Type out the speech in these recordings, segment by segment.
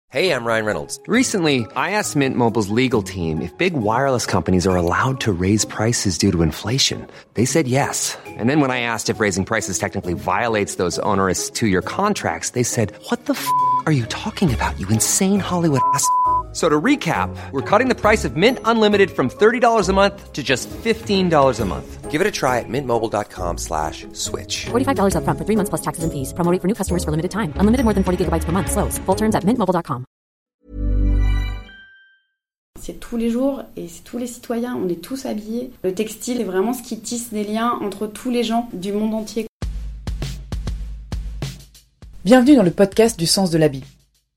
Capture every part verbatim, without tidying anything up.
Hey, I'm Ryan Reynolds. Recently, I asked Mint Mobile's legal team if big wireless companies are allowed to raise prices due to inflation. They said yes. And then when I asked if raising prices technically violates those onerous two-year contracts, they said, what the f*** are you talking about, you insane Hollywood ass f- So to recap, we're cutting the price of Mint Unlimited from thirty dollars a month to just fifteen dollars a month. Give it a try at mintmobile.com slash switch. forty-five dollars up front for three months plus taxes and fees. Promo rate for new customers for limited time. Unlimited more than forty gigabytes per month. Slows full terms at mint mobile dot com. C'est tous les jours et c'est tous les citoyens, on est tous habillés. Le textile est vraiment ce qui tisse des liens entre tous les gens du monde entier. Bienvenue dans le podcast du sens de l'habit.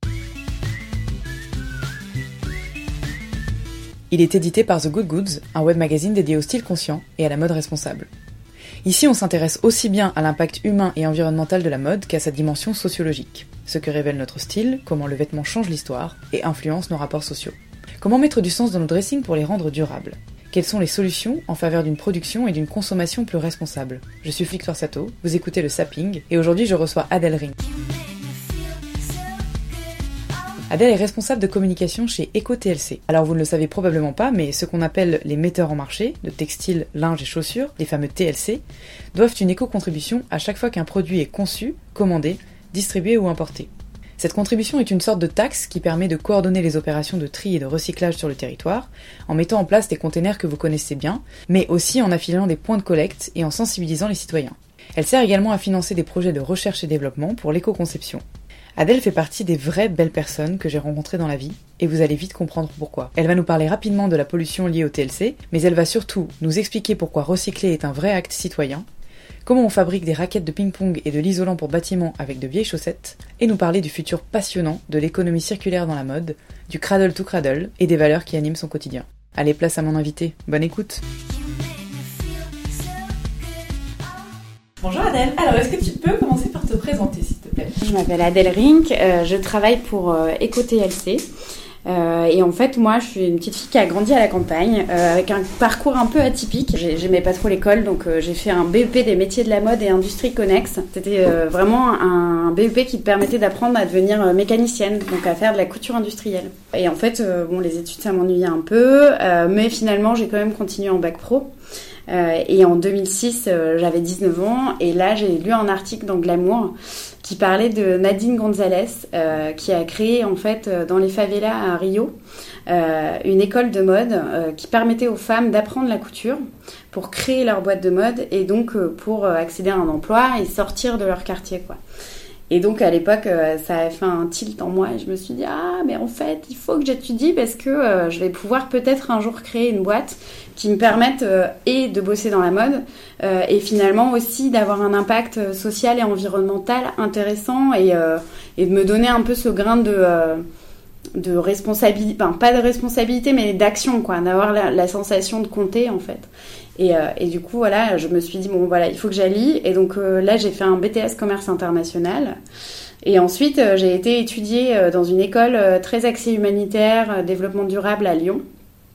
Il est édité par The Good Goods, un web magazine dédié au style conscient et à la mode responsable. Ici, on s'intéresse aussi bien à l'impact humain et environnemental de la mode qu'à sa dimension sociologique. Ce que révèle notre style, comment le vêtement change l'histoire et influence nos rapports sociaux. Comment mettre du sens dans nos dressings pour les rendre durables ? Quelles sont les solutions en faveur d'une production et d'une consommation plus responsable ? Je suis Victoire Sato, vous écoutez le Sapping, et aujourd'hui je reçois Adèle Rink. Adèle est responsable de communication chez Eco T L C. Alors vous ne le savez probablement pas, mais ce qu'on appelle les metteurs en marché, de textiles, linge et chaussures, les fameux T L C, doivent une éco-contribution à chaque fois qu'un produit est conçu, commandé, distribué ou importé. Cette contribution est une sorte de taxe qui permet de coordonner les opérations de tri et de recyclage sur le territoire, en mettant en place des containers que vous connaissez bien, mais aussi en affilant des points de collecte et en sensibilisant les citoyens. Elle sert également à financer des projets de recherche et développement pour l'éco-conception. Adèle fait partie des vraies belles personnes que j'ai rencontrées dans la vie, et vous allez vite comprendre pourquoi. Elle va nous parler rapidement de la pollution liée au T L C, mais elle va surtout nous expliquer pourquoi recycler est un vrai acte citoyen, comment on fabrique des raquettes de ping-pong et de l'isolant pour bâtiments avec de vieilles chaussettes, et nous parler du futur passionnant de l'économie circulaire dans la mode, du cradle to cradle et des valeurs qui animent son quotidien. Allez, place à mon invité. Bonne écoute. Bonjour Adèle, alors est-ce que tu peux commencer par te présenter s'il te plaît ? Je m'appelle Adèle Rink, euh, je travaille pour euh, Eco T L C. Euh, et en fait, moi, je suis une petite fille qui a grandi à la campagne, euh, avec un parcours un peu atypique. J'ai, j'aimais pas trop l'école, donc euh, j'ai fait un B E P des métiers de la mode et industrie connexe. C'était euh, vraiment un B E P qui te permettait d'apprendre à devenir euh, mécanicienne, donc à faire de la couture industrielle. Et en fait, euh, bon, les études, ça m'ennuyait un peu, euh, mais finalement, j'ai quand même continué en bac pro. Euh, et en deux mille six, euh, j'avais dix-neuf ans, et là, j'ai lu un article dans Glamour qui parlait de Nadine Gonzalez, euh, qui a créé en fait dans les favelas à Rio euh, une école de mode euh, qui permettait aux femmes d'apprendre la couture pour créer leur boîte de mode et donc euh, pour euh, accéder à un emploi et sortir de leur quartier, quoi. Et donc à l'époque, euh, ça a fait un tilt en moi et je me suis dit « Ah, mais en fait, il faut que j'étudie parce que euh, je vais pouvoir peut-être un jour créer une boîte qui me permette euh, et de bosser dans la mode euh, et finalement aussi d'avoir un impact social et environnemental intéressant et, euh, et de me donner un peu ce grain de, euh, de responsabilité, enfin pas de responsabilité mais d'action, quoi, d'avoir la, la sensation de compter en fait. Et, euh, et du coup, voilà, je me suis dit, bon, voilà, il faut que j'allie. Et donc euh, là, j'ai fait un B T S commerce international. Et ensuite, euh, j'ai été étudier euh, dans une école euh, très axée humanitaire, euh, développement durable à Lyon.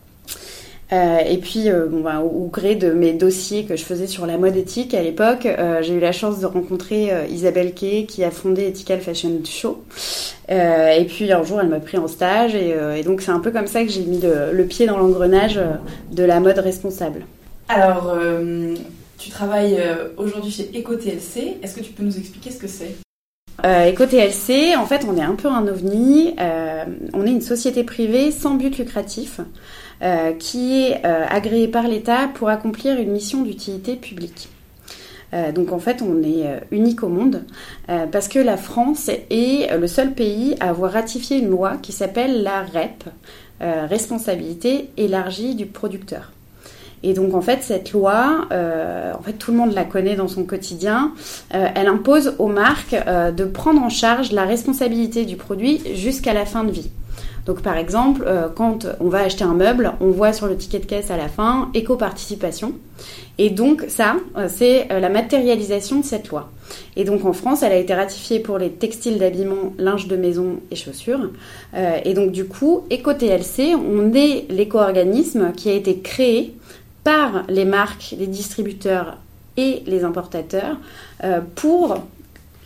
Euh, et puis, euh, bon, bah, au, au gré de mes dossiers que je faisais sur la mode éthique à l'époque, euh, j'ai eu la chance de rencontrer euh, Isabelle Kay, qui a fondé Ethical Fashion Show. Euh, et puis un jour, elle m'a pris en stage. Et, euh, et donc, c'est un peu comme ça que j'ai mis le, le pied dans l'engrenage euh, de la mode responsable. Alors, euh, tu travailles euh, aujourd'hui chez Eco T L C. Est-ce que tu peux nous expliquer ce que c'est ? euh, Eco T L C, en fait, on est un peu un ovni. Euh, on est une société privée sans but lucratif euh, qui est euh, agréée par l'État pour accomplir une mission d'utilité publique. Euh, donc en fait, on est euh, unique au monde euh, parce que la France est le seul pays à avoir ratifié une loi qui s'appelle la R E P, euh, Responsabilité élargie du producteur. Et donc en fait cette loi, euh, en fait tout le monde la connaît dans son quotidien, euh, elle impose aux marques euh, de prendre en charge la responsabilité du produit jusqu'à la fin de vie. Donc par exemple, euh, quand on va acheter un meuble, on voit sur le ticket de caisse à la fin éco-participation. Et donc ça, euh, c'est euh, la matérialisation de cette loi. Et donc en France, elle a été ratifiée pour les textiles d'habillement, linge de maison et chaussures. Euh, et donc du coup, Eco T L C, on est l'éco-organisme qui a été créé par les marques, les distributeurs et les importateurs euh, pour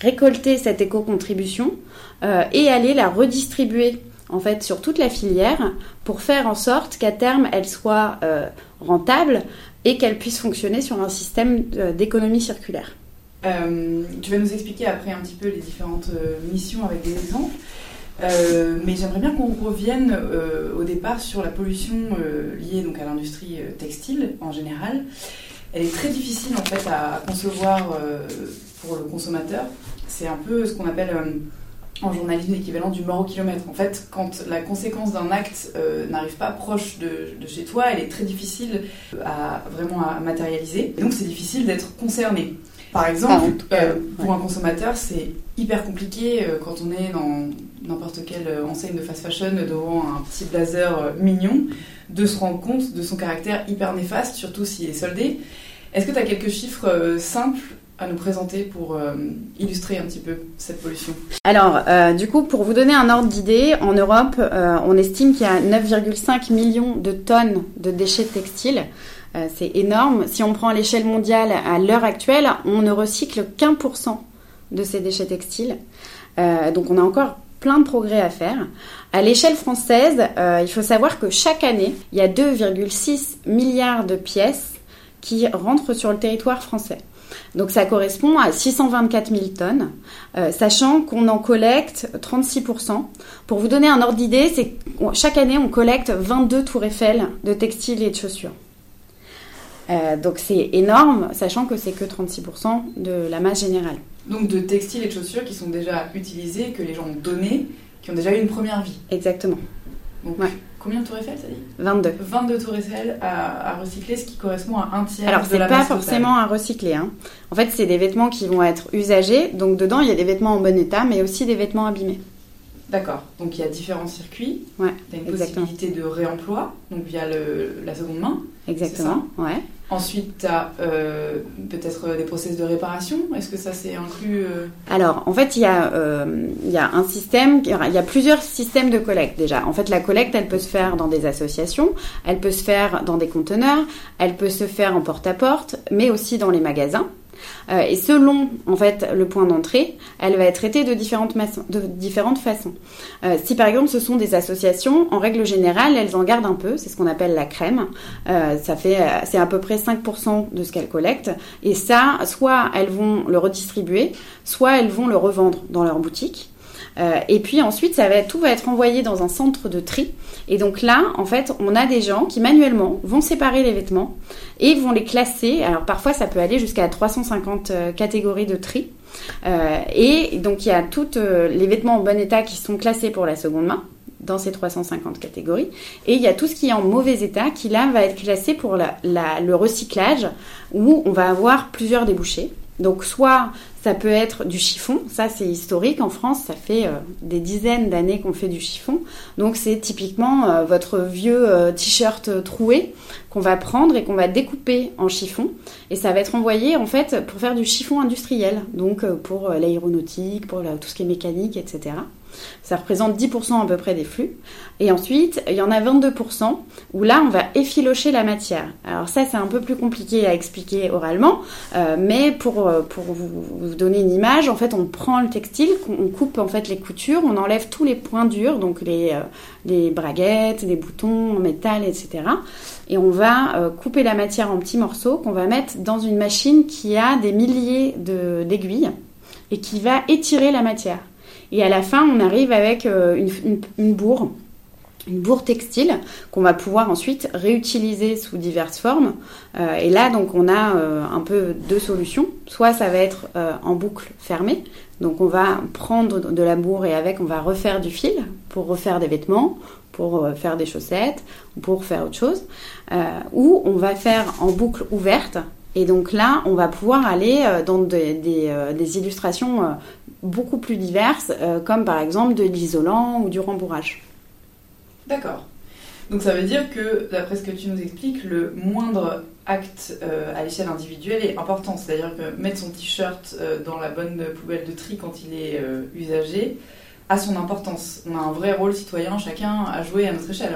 récolter cette éco-contribution euh, et aller la redistribuer en fait sur toute la filière pour faire en sorte qu'à terme elle soit euh, rentable et qu'elle puisse fonctionner sur un système d'économie circulaire. Euh, tu vas nous expliquer après un petit peu les différentes euh, missions avec des exemples, euh, mais j'aimerais bien qu'on revienne euh, au départ sur la pollution euh, liée donc à l'industrie euh, textile en général. Elle est très difficile en fait à concevoir euh, pour le consommateur. C'est un peu ce qu'on appelle euh, en journalisme l'équivalent du mort au kilomètre. En fait, quand la conséquence d'un acte euh, n'arrive pas proche de, de chez toi, elle est très difficile à vraiment à matérialiser. Et donc c'est difficile d'être concerné. Par exemple, ah, euh, pour ouais. un consommateur, c'est hyper compliqué euh, quand on est dans n'importe quelle enseigne de fast fashion devant un petit blazer euh, mignon, de se rendre compte de son caractère hyper néfaste, surtout s'il est soldé. Est-ce que tu as quelques chiffres euh, simples à nous présenter pour euh, illustrer un petit peu cette pollution ? Alors, euh, du coup, pour vous donner un ordre d'idée, en Europe, euh, on estime qu'il y a neuf virgule cinq millions de tonnes de déchets textiles. Euh, c'est énorme. Si on prend à l'échelle mondiale, à l'heure actuelle, on ne recycle qu'un pour cent de ces déchets textiles. Euh, donc, on a encore plein de progrès à faire. À l'échelle française, euh, il faut savoir que chaque année, il y a deux virgule six milliards de pièces qui rentrent sur le territoire français. Donc ça correspond à six cent vingt-quatre mille tonnes, euh, sachant qu'on en collecte trente-six pour cent. Pour vous donner un ordre d'idée, c'est que chaque année on collecte vingt-deux tours Eiffel de textiles et de chaussures. Euh, donc c'est énorme, sachant que c'est que trente-six pour cent de la masse générale. Donc de textiles et de chaussures qui sont déjà utilisés, que les gens ont donnés, qui ont déjà eu une première vie. Exactement. Donc ouais. Combien de tours Eiffel, ça dit ? vingt-deux. vingt-deux tours Eiffel à, à recycler, ce qui correspond à un tiers Alors, de la masse totale. Alors, c'est pas forcément à recycler. Hein. En fait, c'est des vêtements qui vont être usagés. Donc, dedans, il y a des vêtements en bon état, mais aussi des vêtements abîmés. D'accord. Donc, il y a différents circuits. Ouais, tu as une exactement. possibilité de réemploi, donc via le, la seconde main. Exactement, ouais. Ensuite, tu as euh, peut-être des process de réparation. Est-ce que ça, c'est inclus euh... Alors, en fait, il y, euh, y a un système, il y a plusieurs systèmes de collecte déjà. En fait, la collecte, elle peut se faire dans des associations, elle peut se faire dans des conteneurs, elle peut se faire en porte-à-porte, mais aussi dans les magasins. Euh, et selon en fait le point d'entrée, elle va être traitée de différentes, maçons, de différentes façons. Euh, si par exemple ce sont des associations, en règle générale, elles en gardent un peu, c'est ce qu'on appelle la crème. Euh, ça fait, c'est à peu près cinq pour cent de ce qu'elles collectent. Et ça, soit elles vont le redistribuer, soit elles vont le revendre dans leur boutique. Euh, et puis ensuite, ça va, tout va être envoyé dans un centre de tri. Et donc là, en fait, on a des gens qui manuellement vont séparer les vêtements et vont les classer. Alors parfois, ça peut aller jusqu'à trois cent cinquante euh, catégories de tri. Euh, et donc il y a toutes euh, les vêtements en bon état qui sont classés pour la seconde main dans ces trois cent cinquante catégories. Et il y a tout ce qui est en mauvais état qui là va être classé pour la, la, le recyclage où on va avoir plusieurs débouchés. Donc soit ça peut être du chiffon, ça c'est historique en France, ça fait euh, des dizaines d'années qu'on fait du chiffon. Donc c'est typiquement euh, votre vieux euh, t-shirt euh, troué qu'on va prendre et qu'on va découper en chiffon. Et ça va être envoyé en fait pour faire du chiffon industriel, donc euh, pour euh, l'aéronautique, pour la, tout ce qui est mécanique, et cetera. Ça représente dix pour cent à peu près des flux. Et ensuite, il y en a vingt-deux pour cent où là, on va effilocher la matière. Alors ça, c'est un peu plus compliqué à expliquer oralement, euh, mais pour, pour vous, vous donner une image, en fait, on prend le textile, on coupe en fait les coutures, on enlève tous les points durs, donc les, euh, les braguettes, les boutons en métal, et cetera. Et on va euh, couper la matière en petits morceaux qu'on va mettre dans une machine qui a des milliers de, d'aiguilles et qui va étirer la matière. Et à la fin, on arrive avec euh, une, une, une bourre, une bourre textile qu'on va pouvoir ensuite réutiliser sous diverses formes. Euh, et là, donc, on a euh, un peu deux solutions. Soit ça va être euh, en boucle fermée. Donc, on va prendre de la bourre et avec, on va refaire du fil pour refaire des vêtements, pour euh, faire des chaussettes, pour faire autre chose. Euh, ou on va faire en boucle ouverte. Et donc là, on va pouvoir aller euh, dans des, des, euh, des illustrations euh, beaucoup plus diverses, euh, comme par exemple de l'isolant ou du rembourrage. D'accord. Donc ça veut dire que, d'après ce que tu nous expliques, le moindre acte euh, à l'échelle individuelle est important. C'est-à-dire que mettre son t-shirt euh, dans la bonne poubelle de tri quand il est euh, usagé a son importance. On a un vrai rôle citoyen, chacun à jouer à notre échelle alors.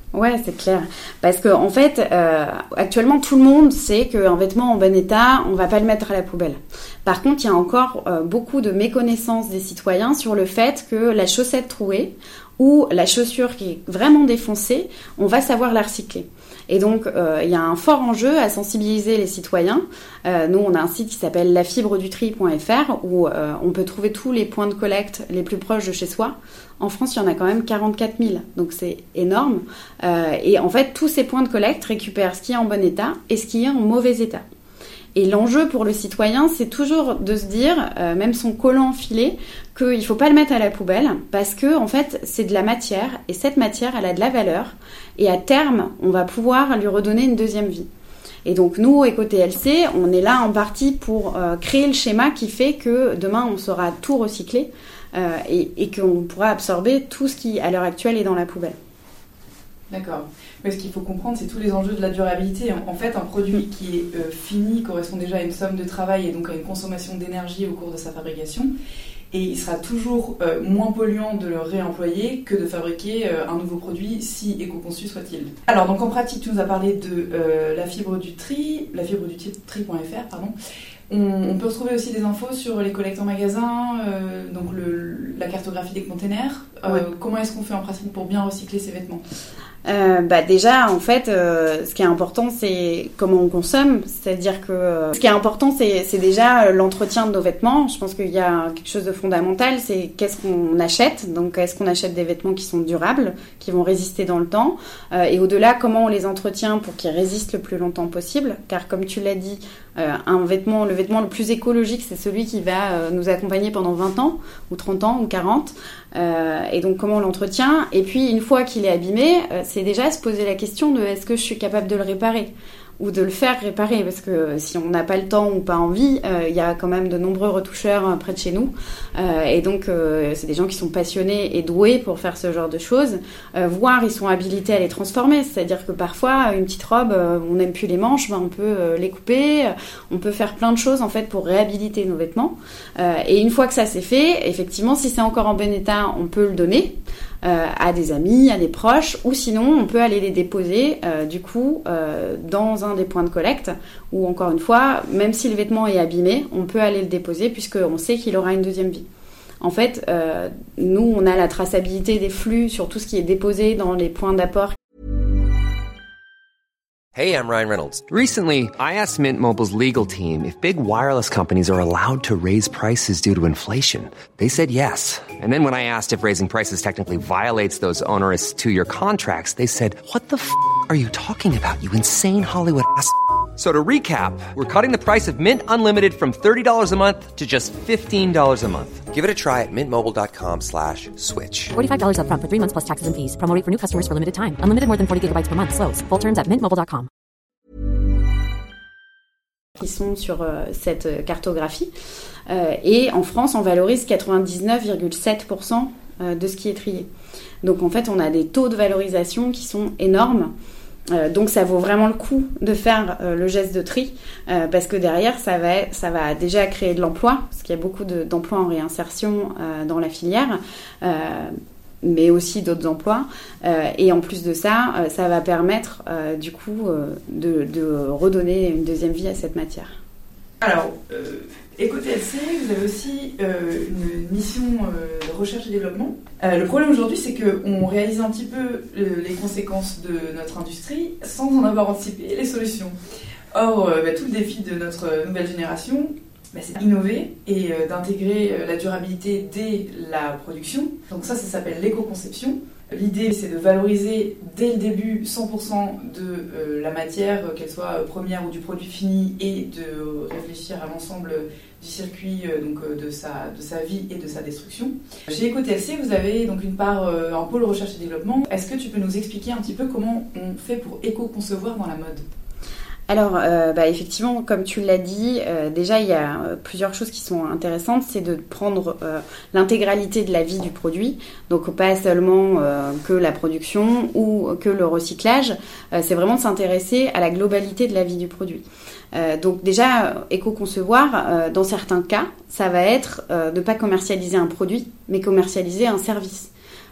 Ouais, c'est clair. Parce que en fait, euh, actuellement, tout le monde sait qu'un vêtement en bon état, on va pas le mettre à la poubelle. Par contre, il y a encore euh, beaucoup de méconnaissance des citoyens sur le fait que la chaussette trouée ou la chaussure qui est vraiment défoncée, on va savoir la recycler. Et donc, euh, il y a un fort enjeu à sensibiliser les citoyens. Euh, nous, on a un site qui s'appelle la fibre du tri point f r où euh, on peut trouver tous les points de collecte les plus proches de chez soi. En France, il y en a quand même quarante-quatre mille, donc c'est énorme. Euh, et en fait, tous ces points de collecte récupèrent ce qui est en bon état et ce qui est en mauvais état. Et l'enjeu pour le citoyen, c'est toujours de se dire, euh, même son collant filé, qu'il ne faut pas le mettre à la poubelle parce que en fait, c'est de la matière et cette matière, elle a de la valeur. Et à terme, on va pouvoir lui redonner une deuxième vie. Et donc nous, Eco-T L C, on est là en partie pour euh, créer le schéma qui fait que demain, on saura tout recycler euh, et, et qu'on pourra absorber tout ce qui, à l'heure actuelle, est dans la poubelle. D'accord. Mais ce qu'il faut comprendre, c'est tous les enjeux de la durabilité. En fait, un produit qui est euh, fini correspond déjà à une somme de travail et donc à une consommation d'énergie au cours de sa fabrication. Et il sera toujours euh, moins polluant de le réemployer que de fabriquer euh, un nouveau produit, si éco-conçu soit-il. Alors, donc en pratique, tu nous as parlé de euh, la fibre du tri, la fibre du tri point f r, pardon. On, on peut retrouver aussi des infos sur les collectes en magasin, euh, donc le, la cartographie des containers. Euh, ouais. Comment est-ce qu'on fait en pratique pour bien recycler ces vêtements ? Euh, bah déjà en fait euh, ce qui est important c'est comment on consomme, c'est-à-dire que euh, ce qui est important c'est, c'est déjà l'entretien de nos vêtements. Je pense qu'il y a quelque chose de fondamental, c'est qu'est-ce qu'on achète, donc est-ce qu'on achète des vêtements qui sont durables, qui vont résister dans le temps, euh, et au-delà comment on les entretient pour qu'ils résistent le plus longtemps possible, car comme tu l'as dit, euh, un vêtement, le vêtement le plus écologique c'est celui qui va euh, nous accompagner pendant vingt ans ou trente ans ou quarante. Euh, et donc comment on l'entretient, et puis une fois qu'il est abîmé, euh, c'est déjà se poser la question de est-ce que je suis capable de le réparer ou de le faire réparer, parce que si on n'a pas le temps ou pas envie, il euh, y a quand même de nombreux retoucheurs euh, près de chez nous, euh, et donc euh, c'est des gens qui sont passionnés et doués pour faire ce genre de choses, euh, voire ils sont habilités à les transformer, c'est-à-dire que parfois une petite robe, euh, on n'aime plus les manches, ben, on peut euh, les couper, euh, on peut faire plein de choses en fait pour réhabiliter nos vêtements, euh, et une fois que ça c'est fait, effectivement si c'est encore en bon état, on peut le donner Euh, à des amis, à des proches, ou sinon on peut aller les déposer euh, du coup euh, dans un des points de collecte, ou encore une fois, même si le vêtement est abîmé, on peut aller le déposer puisqu'on sait qu'il aura une deuxième vie. En fait, euh, nous on a la traçabilité des flux sur tout ce qui est déposé dans les points d'apport. Hey, I'm Ryan Reynolds. Recently, I asked Mint Mobile's legal team if big wireless companies are allowed to raise prices due to inflation. They said yes. And then when I asked if raising prices technically violates those onerous two-year contracts, they said, what the f*** are you talking about, you insane Hollywood ass f- So to recap, we're cutting the price of Mint Unlimited from thirty dollars a month to just fifteen dollars a month. Give it a try at mintmobile.com slash switch. forty-five dollars up front for three months plus taxes and fees. Promo rate for new customers for limited time. Unlimited more than forty gigabytes per month. Slows full terms at mint mobile dot com. Qui sont sur euh, cette cartographie. Euh, et en France, on valorise quatre-vingt-dix-neuf virgule sept pour cent de ce qui est trié. Donc en fait, on a des taux de valorisation qui sont énormes. Euh, donc ça vaut vraiment le coup de faire euh, le geste de tri euh, parce que derrière ça va, ça va déjà créer de l'emploi parce qu'il y a beaucoup de, d'emplois en réinsertion euh, dans la filière euh, mais aussi d'autres emplois euh, et en plus de ça euh, ça va permettre euh, du coup euh, de, de redonner une deuxième vie à cette matière. Alors euh, Eco-T L C, vous avez aussi euh, une mission euh, de recherche et développement. Euh, le problème aujourd'hui, c'est qu'on réalise un petit peu euh, les conséquences de notre industrie sans en avoir anticipé les solutions. Or, euh, bah, tout le défi de notre nouvelle génération, bah, c'est d'innover et euh, d'intégrer euh, la durabilité dès la production. Donc ça, ça s'appelle l'éco-conception. L'idée, c'est de valoriser dès le début cent pour cent de euh, la matière, qu'elle soit première ou du produit fini, et de réfléchir à l'ensemble du circuit, euh, donc, euh, de, sa, de sa vie et de sa destruction. Chez Eco-T L C, vous avez donc une part, euh, un pôle recherche et développement. Est-ce que tu peux nous expliquer un petit peu comment on fait pour éco-concevoir dans la mode ? Alors, euh, bah, effectivement, comme tu l'as dit, euh, déjà, il y a euh, plusieurs choses qui sont intéressantes. C'est de prendre euh, l'intégralité de la vie du produit. Donc, pas seulement euh, que la production ou que le recyclage. Euh, c'est vraiment de s'intéresser à la globalité de la vie du produit. Euh, donc, déjà, éco-concevoir, euh, dans certains cas, ça va être euh, de ne pas commercialiser un produit, mais commercialiser un service.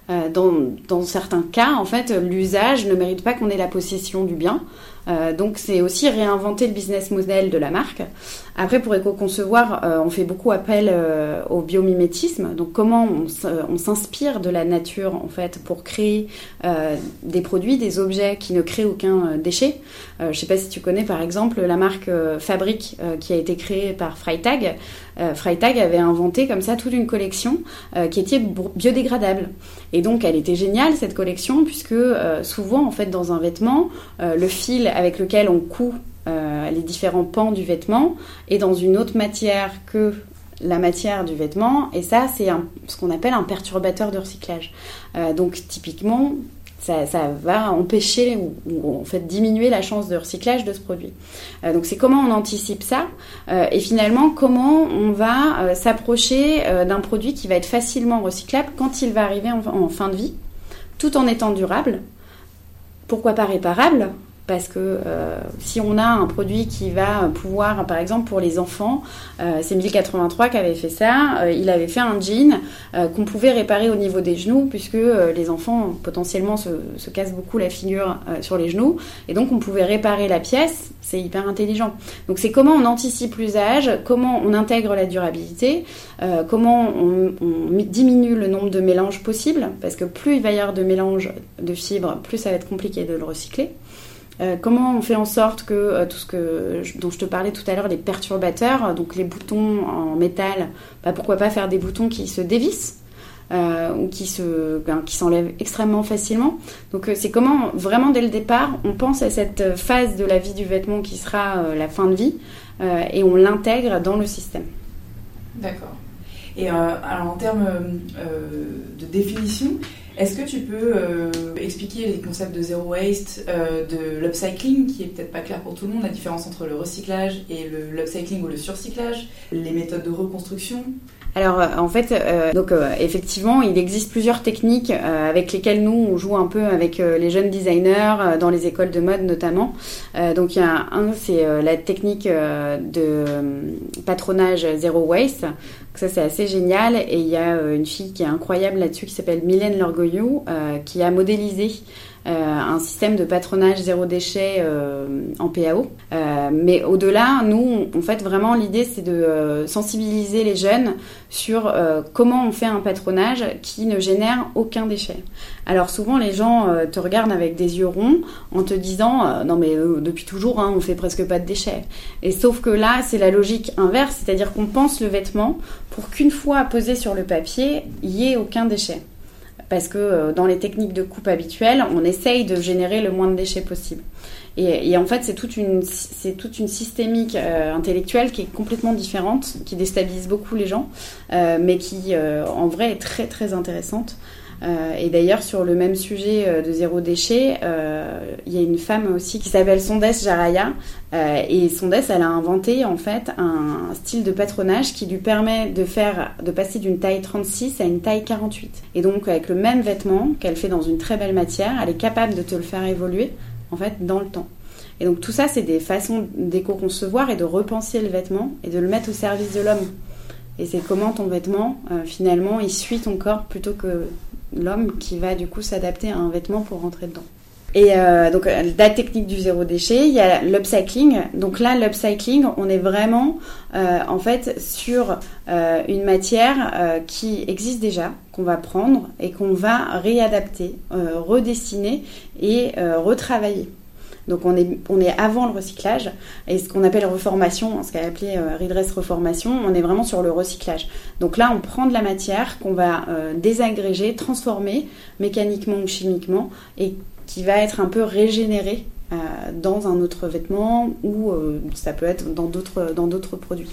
Euh, dans, dans certains cas, en fait, l'usage ne mérite pas qu'on ait la possession du bien. Euh, donc c'est aussi réinventer le business model de la marque. Après, pour éco-concevoir, euh, on fait beaucoup appel euh, au biomimétisme. Donc comment on, on s'inspire de la nature en fait pour créer euh, des produits, des objets qui ne créent aucun euh, déchet. Euh, je ne sais pas si tu connais par exemple la marque euh, Fabric euh, qui a été créée par Freytag. Euh, Freytag avait inventé comme ça toute une collection euh, qui était biodégradable. Et donc elle était géniale cette collection puisque euh, souvent en fait dans un vêtement, euh, le fil avec lequel on coud euh, les différents pans du vêtement est dans une autre matière que la matière du vêtement, et ça c'est un, ce qu'on appelle un perturbateur de recyclage. Euh, donc typiquement ça, ça va empêcher ou, ou en fait diminuer la chance de recyclage de ce produit. Euh, donc c'est comment on anticipe ça euh, et finalement comment on va euh, s'approcher euh, d'un produit qui va être facilement recyclable quand il va arriver en, en fin de vie, tout en étant durable. Pourquoi pas réparable ? Parce que euh, si on a un produit qui va pouvoir, par exemple pour les enfants, euh, c'est mille quatre-vingt-trois qui avait fait ça, euh, il avait fait un jean euh, qu'on pouvait réparer au niveau des genoux, puisque euh, les enfants potentiellement se, se cassent beaucoup la figure euh, sur les genoux, et donc on pouvait réparer la pièce, c'est hyper intelligent. Donc c'est comment on anticipe l'usage, comment on intègre la durabilité, euh, comment on, on diminue le nombre de mélanges possibles, parce que plus il va y avoir de mélanges de fibres, plus ça va être compliqué de le recycler. Euh, comment on fait en sorte que euh, tout ce que je, dont je te parlais tout à l'heure, les perturbateurs, euh, donc les boutons en métal, bah, pourquoi pas faire des boutons qui se dévissent euh, ou qui, se, ben, qui s'enlèvent extrêmement facilement. Donc euh, c'est comment vraiment dès le départ on pense à cette phase de la vie du vêtement qui sera euh, la fin de vie euh, et on l'intègre dans le système. D'accord. Et euh, alors en termes euh, de définition, est-ce que tu peux euh, expliquer les concepts de zero waste, euh, de l'upcycling, qui est peut-être pas clair pour tout le monde, la différence entre le recyclage et le, l'upcycling ou le surcyclage, les méthodes de reconstruction? Alors en fait, euh, donc euh, effectivement, il existe plusieurs techniques euh, avec lesquelles nous on joue un peu avec euh, les jeunes designers euh, dans les écoles de mode notamment. Euh, donc il y a un, c'est euh, la technique euh, de euh, patronage zero waste. Donc, ça c'est assez génial, et il y a euh, une fille qui est incroyable là-dessus qui s'appelle Mylène Lorgoyou euh, qui a modélisé Euh, un système de patronage zéro déchet euh, en P A O. Euh, mais au-delà, nous, en fait, vraiment, l'idée, c'est de euh, sensibiliser les jeunes sur euh, comment on fait un patronage qui ne génère aucun déchet. Alors souvent, les gens euh, te regardent avec des yeux ronds en te disant euh, « Non mais euh, depuis toujours, hein, on fait presque pas de déchets ». Et sauf que là, c'est la logique inverse, c'est-à-dire qu'on pense le vêtement pour qu'une fois posé sur le papier, il n'y ait aucun déchet. Parce que euh, dans les techniques de coupe habituelles, on essaye de générer le moins de déchets possible. Et, et en fait, c'est toute une, c'est toute une systémique euh, intellectuelle qui est complètement différente, qui déstabilise beaucoup les gens, euh, mais qui, euh, en vrai, est très, très intéressante. Euh, et d'ailleurs, sur le même sujet euh, de zéro déchet, euh, il y a une femme aussi qui s'appelle Sondes Jaraya. Euh, et Sondes, elle a inventé en fait un style de patronage qui lui permet de faire, de passer d'une taille trente-six à une taille quarante-huit. Et donc, avec le même vêtement qu'elle fait dans une très belle matière, elle est capable de te le faire évoluer en fait dans le temps. Et donc tout ça, c'est des façons d'éco-concevoir et de repenser le vêtement et de le mettre au service de l'homme. Et c'est comment ton vêtement, euh, finalement, il suit ton corps plutôt que l'homme qui va du coup s'adapter à un vêtement pour rentrer dedans. Et euh, donc la technique du zéro déchet, il y a l'upcycling. Donc là, l'upcycling, on est vraiment euh, en fait sur euh, une matière euh, qui existe déjà, qu'on va prendre et qu'on va réadapter, euh, redessiner et euh, retravailler. Donc on est, on est avant le recyclage, et ce qu'on appelle reformation, ce qu'elle appelait euh, redress reformation, on est vraiment sur le recyclage. Donc là on prend de la matière qu'on va euh, désagréger, transformer mécaniquement ou chimiquement, et qui va être un peu régénérée euh, dans un autre vêtement, ou euh, ça peut être dans d'autres, dans d'autres produits.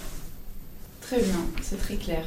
Très bien, c'est très clair.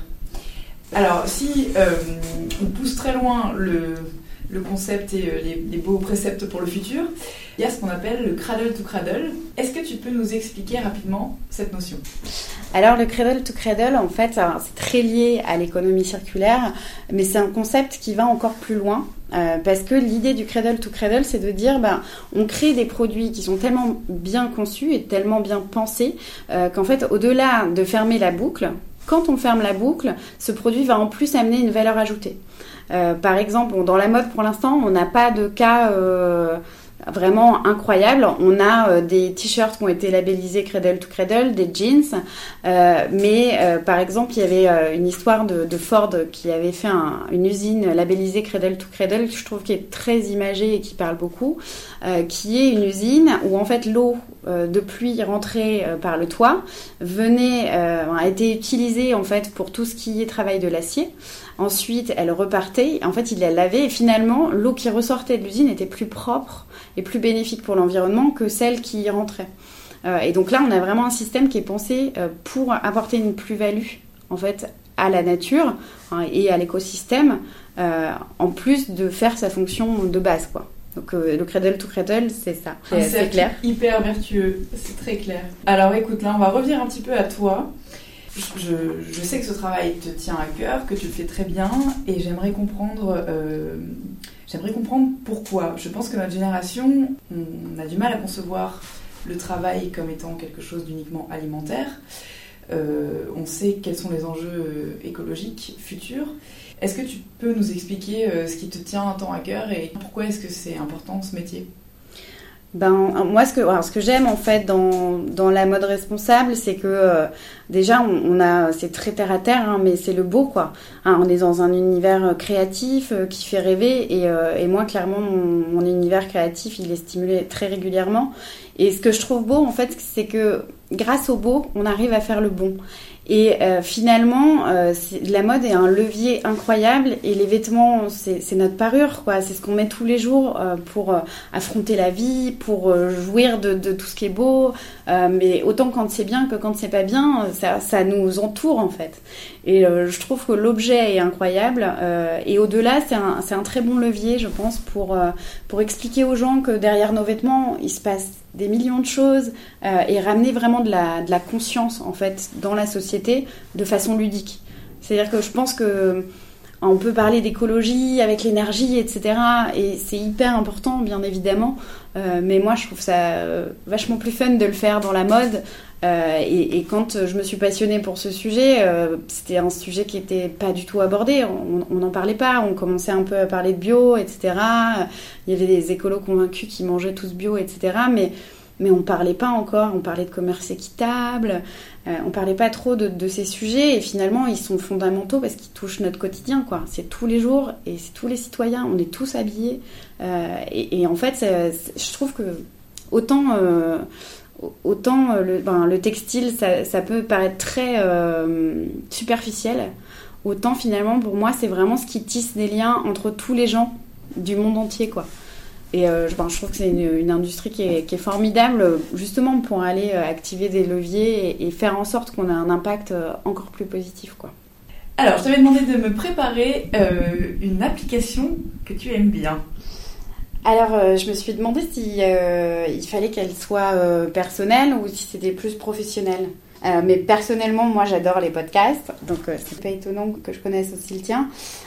Alors si euh, on pousse très loin le... le concept et les, les beaux préceptes pour le futur, il y a ce qu'on appelle le cradle to cradle. Est-ce que tu peux nous expliquer rapidement cette notion ? Alors le cradle to cradle, en fait, c'est très lié à l'économie circulaire, mais c'est un concept qui va encore plus loin. Euh, parce que l'idée du cradle to cradle, c'est de dire ben, on crée des produits qui sont tellement bien conçus et tellement bien pensés euh, qu'en fait, au-delà de fermer la boucle, Quand on ferme la boucle, ce produit va en plus amener une valeur ajoutée. Euh, par exemple, bon, dans la mode pour l'instant, on n'a pas de cas euh, vraiment incroyables. On a euh, des t-shirts qui ont été labellisés Cradle to Cradle, des jeans, euh, mais euh, par exemple, il y avait euh, une histoire de, de Ford qui avait fait un, une usine labellisée Cradle to Cradle, que je trouve qui est très imagée et qui parle beaucoup, euh, qui est une usine où en fait l'eau euh, de pluie rentrée euh, par le toit venait, euh, a été utilisée en fait pour tout ce qui est travail de l'acier. Ensuite, elle repartait. En fait, il la lavait et finalement, l'eau qui ressortait de l'usine était plus propre et plus bénéfique pour l'environnement que celle qui y rentrait. Euh, et donc là, on a vraiment un système qui est pensé euh, pour apporter une plus-value en fait à la nature hein, et à l'écosystème, euh, en plus de faire sa fonction de base, quoi. Donc euh, le cradle to cradle, c'est ça. C'est, c'est clair. Hyper vertueux, c'est très clair. Alors écoute, là, on va revenir un petit peu à toi. Je, je sais que ce travail te tient à cœur, que tu le fais très bien, et j'aimerais comprendre, euh, j'aimerais comprendre pourquoi. Je pense que notre génération, on a du mal à concevoir le travail comme étant quelque chose d'uniquement alimentaire. Euh, on sait quels sont les enjeux écologiques futurs. Est-ce que tu peux nous expliquer euh, ce qui te tient tant à cœur et pourquoi est-ce que c'est important ce métier ? Ben, moi, ce que, alors, ce que j'aime en fait dans, dans la mode responsable, c'est que euh, déjà, on, on a, c'est très terre à terre, hein, mais c'est le beau, quoi. Hein, on est dans un univers créatif euh, qui fait rêver, et, euh, et moi, clairement, mon, mon univers créatif, il est stimulé très régulièrement. Et ce que je trouve beau, en fait, c'est que grâce au beau, on arrive à faire le bon. Et euh, finalement, euh, c'est, la mode est un levier incroyable et les vêtements, c'est, c'est notre parure, quoi. C'est ce qu'on met tous les jours euh, pour euh, affronter la vie, pour euh, jouir de, de tout ce qui est beau. Euh, mais autant quand c'est bien que quand c'est pas bien, ça, ça nous entoure en fait. Et euh, je trouve que l'objet est incroyable. Euh, et au-delà, c'est un, c'est un très bon levier, je pense, pour, euh, pour expliquer aux gens que derrière nos vêtements, il se passe des millions de choses euh, et ramener vraiment de la, de la conscience en fait dans la société de façon ludique. C'est-à-dire que je pense que on peut parler d'écologie avec l'énergie, et cetera. Et c'est hyper important, bien évidemment. Euh, mais moi, je trouve ça euh, vachement plus fun de le faire dans la mode. Euh, et, et quand je me suis passionnée pour ce sujet, euh, c'était un sujet qui n'était pas du tout abordé. On n'en parlait pas. On commençait un peu à parler de bio, et cetera. Il y avait des écolos convaincus qui mangeaient tous bio, et cetera. Mais, mais on ne parlait pas encore. On parlait de commerce équitable. Euh, on ne parlait pas trop de, de ces sujets. Et finalement, ils sont fondamentaux parce qu'ils touchent notre quotidien, quoi. C'est tous les jours et c'est tous les citoyens. On est tous habillés. Euh, et, et en fait, c'est, c'est, je trouve que autant... Euh, Autant le, ben, le textile, ça, ça peut paraître très euh, superficiel, autant finalement pour moi c'est vraiment ce qui tisse des liens entre tous les gens du monde entier, quoi. Et euh, ben, je trouve que c'est une, une industrie qui est, qui est formidable justement pour aller activer des leviers et, et faire en sorte qu'on ait un impact encore plus positif, quoi. Alors je t'avais demandé de me préparer euh, une application que tu aimes bien. Alors, euh, je me suis demandé si euh, il fallait qu'elle soit euh, personnelle ou si c'était plus professionnel. Euh, mais personnellement, moi, j'adore les podcasts, donc euh, c'est pas étonnant que je connaisse aussi le tien,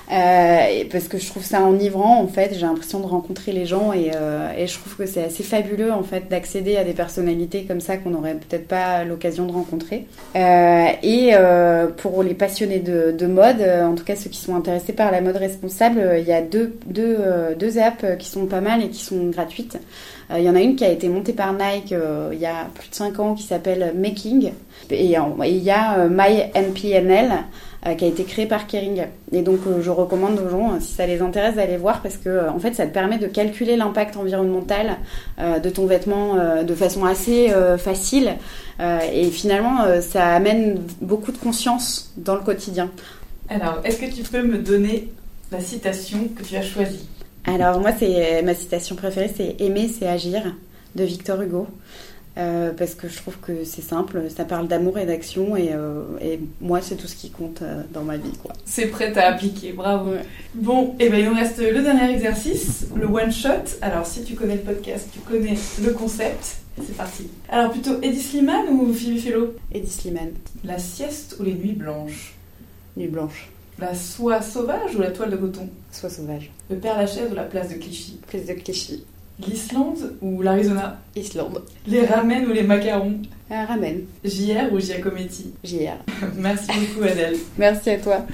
euh, parce que je trouve ça enivrant, en fait. J'ai l'impression de rencontrer les gens et, euh, et je trouve que c'est assez fabuleux, en fait, d'accéder à des personnalités comme ça qu'on n'aurait peut-être pas l'occasion de rencontrer. Euh, et euh, pour les passionnés de, de mode, en tout cas ceux qui sont intéressés par la mode responsable, il y a deux, deux, euh, deux apps qui sont pas mal et qui sont gratuites. Il euh, y en a une qui a été montée par Nike euh, il y a plus de cinq ans qui s'appelle Making. Et il y a euh, My N P N L euh, qui a été créée par Kering. Et donc euh, je recommande aux gens, si ça les intéresse, d'aller voir parce que euh, en fait ça te permet de calculer l'impact environnemental euh, de ton vêtement euh, de façon assez euh, facile. Euh, et finalement euh, ça amène beaucoup de conscience dans le quotidien. Alors, est-ce que tu peux me donner la citation que tu as choisie ? Alors moi, c'est ma citation préférée, c'est « Aimer, c'est agir » de Victor Hugo. Euh, parce que je trouve que c'est simple, ça parle d'amour et d'action et, euh, et moi, c'est tout ce qui compte euh, dans ma vie, quoi. C'est prêt à appliquer, bravo. Ouais. Bon, et ben il nous reste le dernier exercice, le one-shot. Alors, si tu connais le podcast, tu connais le concept. C'est parti. Alors, plutôt Hedi Slimane ou Phoebe Philo ? Hedi Slimane. La sieste ou les nuits blanches ? Nuit blanche. La soie sauvage ou la toile de coton ? Soie sauvage. Le Père Lachaise ou la place de Clichy ? Place de Clichy. L'Islande ou l'Arizona? Islande. Les ramen ou les macarons? Un ramen. J R ou Giacometti? J R. Merci beaucoup Adèle. Merci à toi.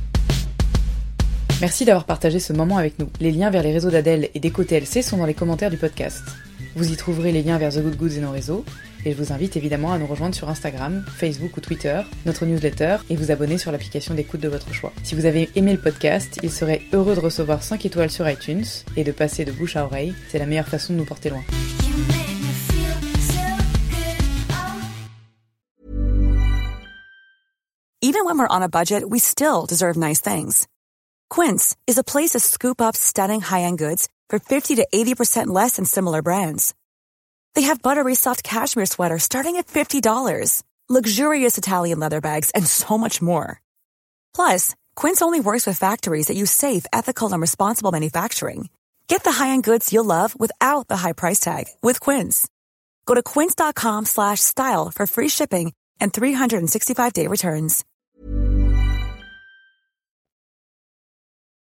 Merci d'avoir partagé ce moment avec nous. Les liens vers les réseaux d'Adèle et d'Eco T L C sont dans les commentaires du podcast. Vous y trouverez les liens vers The Good Goods et nos réseaux, et je vous invite évidemment à nous rejoindre sur Instagram, Facebook ou Twitter, notre newsletter, et vous abonner sur l'application d'écoute de votre choix. Si vous avez aimé le podcast, il serait heureux de recevoir cinq étoiles sur iTunes et de passer de bouche à oreille, c'est la meilleure façon de nous porter loin. Even when we're on a budget, we still deserve nice things. Quince is a place to scoop up stunning high-end goods for fifty to eighty percent less than similar brands. They have buttery soft cashmere sweaters starting at fifty dollars, luxurious Italian leather bags, and so much more. Plus, Quince only works with factories that use safe, ethical, and responsible manufacturing. Get the high-end goods you'll love without the high price tag with Quince. Go to quince.com slash style for free shipping and three sixty-five day returns.